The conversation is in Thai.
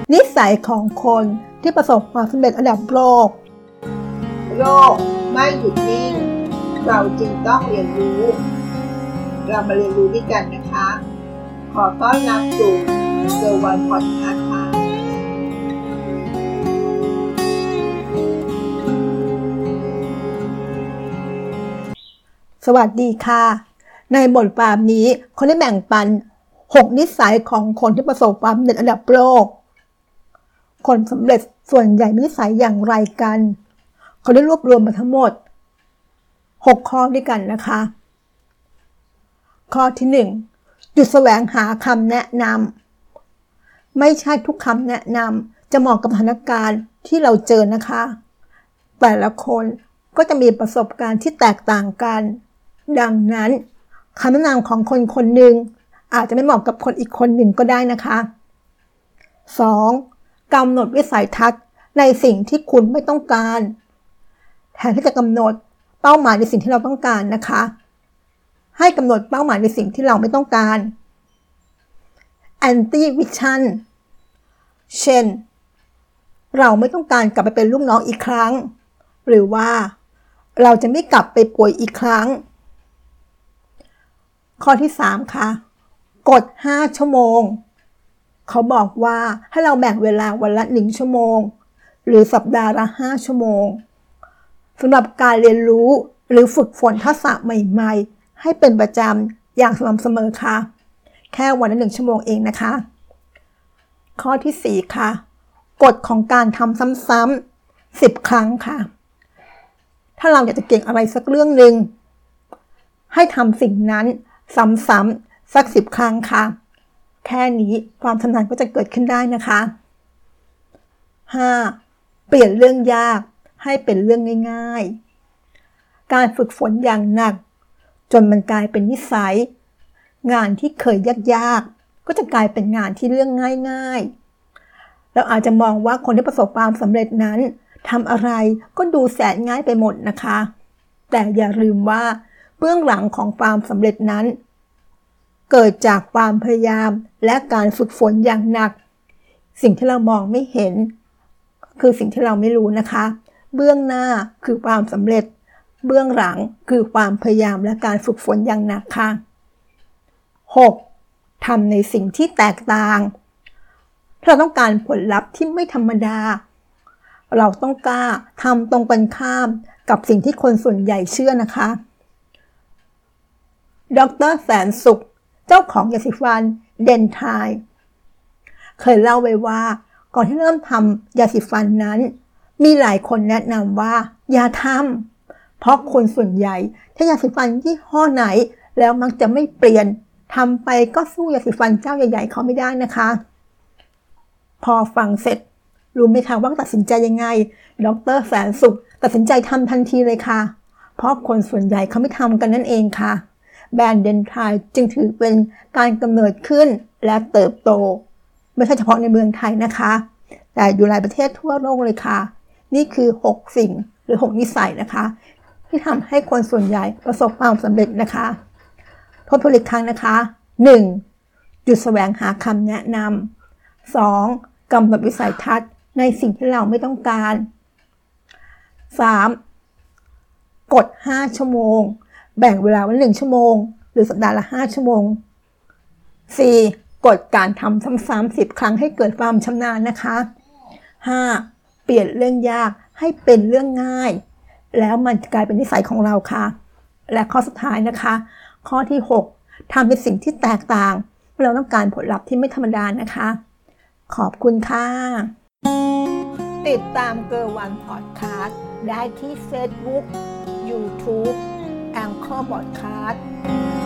นิสัยของคนที่ประสบความสำเร็จระดับโลกโลกไม่หยุดนิ่งเราจึงต้องเรียนรู้เรามาเรียนรู้ด้วยกันนะคะขอต้อนรับสู่เซอร์วันพอดคาสต์ค่ะสวัสดีค่ะในบทความนี้คนได้แบ่งปัน6นิสัยของคนที่ประสบความสำเร็จระดับโลกคนสำเร็จส่วนใหญ่มีนิสัยอย่างไรกันเขาได้รวบรวมมาทั้งหมด6ข้อด้วยกันนะคะข้อที่1หยุดแสวงหาคำแนะนำไม่ใช่ทุกคำแนะนำจะเหมาะกับสถานการณ์ที่เราเจอนะคะแต่ละคนก็จะมีประสบการณ์ที่แตกต่างกันดังนั้นคำแนะนำของคนคนหนึ่งอาจจะไม่เหมาะกับคนอีกคนหนึ่งก็ได้นะคะ 2. กำหนดวิสัยทัศน์ในสิ่งที่คุณไม่ต้องการแทนที่จะกำหนดเป้าหมายในสิ่งที่เราต้องการนะคะให้กำหนดเป้าหมายในสิ่งที่เราไม่ต้องการ anti vision เช่นเราไม่ต้องการกลับไปเป็นลูกน้องอีกครั้งหรือว่าเราจะไม่กลับไปป่วยอีกครั้งข้อที่3ค่ะกฎ5ชั่วโมงเขาบอกว่าให้เราแบ่งเวลาวันละ1ชั่วโมงหรือสัปดาห์ละ5ชั่วโมงสำหรับการเรียนรู้หรือฝึกฝนทักษะใหม่ๆให้เป็นประจำอย่างสม่ำเสมอค่ะแค่วันละ1ชั่วโมงเองนะคะข้อที่4ค่ะกฎของการทำซ้ำๆ10ครั้งค่ะถ้าเราอยากจะเก่งอะไรสักเรื่องหนึ่งให้ทำสิ่งนั้นซ้ำๆสัก10ครั้งค่ะแค่นี้ความชำนาญก็จะเกิดขึ้นได้นะคะ 5. เปลี่ยนเรื่องยากให้เป็นเรื่องง่ายๆการฝึกฝนอย่างหนักจนมันกลายเป็นนิสัยงานที่เคยยากๆก็จะกลายเป็นงานที่เรื่องง่ายๆเราอาจจะมองว่าคนที่ประสบความสำเร็จนั้นทำอะไรก็ดูแสนง่ายไปหมดนะคะแต่อย่าลืมว่าเบื้องหลังของความสำเร็จนั้นเกิดจากความพยายามและการฝึกฝนอย่างหนักสิ่งที่เรามองไม่เห็นคือสิ่งที่เราไม่รู้นะคะเบื้องหน้าคือความสำเร็จเบื้องหลังคือความพยายามและการฝึกฝนอย่างหนักค่ะ 6. ทำในสิ่งที่แตกต่างเราต้องการผลลัพธ์ที่ไม่ธรรมดาเราต้องกล้าทำตรงกันข้ามกับสิ่งที่คนส่วนใหญ่เชื่อนะคะดร.แสนสุขเจ้าของยาสีฟันเดนไทน์เคยเล่าไว้ว่าก่อนที่เริ่มทำยาสีฟันนั้นมีหลายคนแนะนำว่าอย่าทำเพราะคนส่วนใหญ่ถ้ายาสีฟันยี่ห้อไหนแล้วมักจะไม่เปลี่ยนทำไปก็สู้ยาสีฟันเจ้าใหญ่ๆเขาไม่ได้นะคะพอฟังเสร็จรู้ไหมคะว่าตัดสินใจยังไงดร.แสนสุขตัดสินใจทำทันทีเลยค่ะเพราะคนส่วนใหญ่เขาไม่ทำกันนั่นเองค่ะแบรนด์เดนไทน์จึงถือเป็นการกำเนิดขึ้นและเติบโตไม่ใช่เฉพาะในเมืองไทยนะคะแต่อยู่หลายประเทศทั่วโลกเลยค่ะนี่คือ6สิ่งหรือ6นิสัยนะคะที่ทำให้คนส่วนใหญ่ประสบความสำเร็จนะคะทบทวนอีกครั้งนะคะ 1. หยุดแสวงหาคำแนะนำ 2. กำหนดวิสัยทัศน์ในสิ่งที่เราไม่ต้องการ 3. กฎ5ชั่วโมงแบ่งเวลาวัน1ชั่วโมงหรือสัปดาห์ละ5ชั่วโมง 4. กฎการทำซ้ำๆ10ครั้งให้เกิดความชำนาญนะคะ 5. เปลี่ยนเรื่องยากให้เป็นเรื่องง่ายแล้วมันจะกลายเป็นนิสัยของเราค่ะและข้อสุดท้ายนะคะข้อที่6ทำในสิ่งที่แตกต่างเราต้องการผลลัพธ์ที่ไม่ธรรมดานะคะขอบคุณค่ะติดตามเกอร์วันพอดคาสต์ได้ที่ Facebook YouTube Anchor Podcast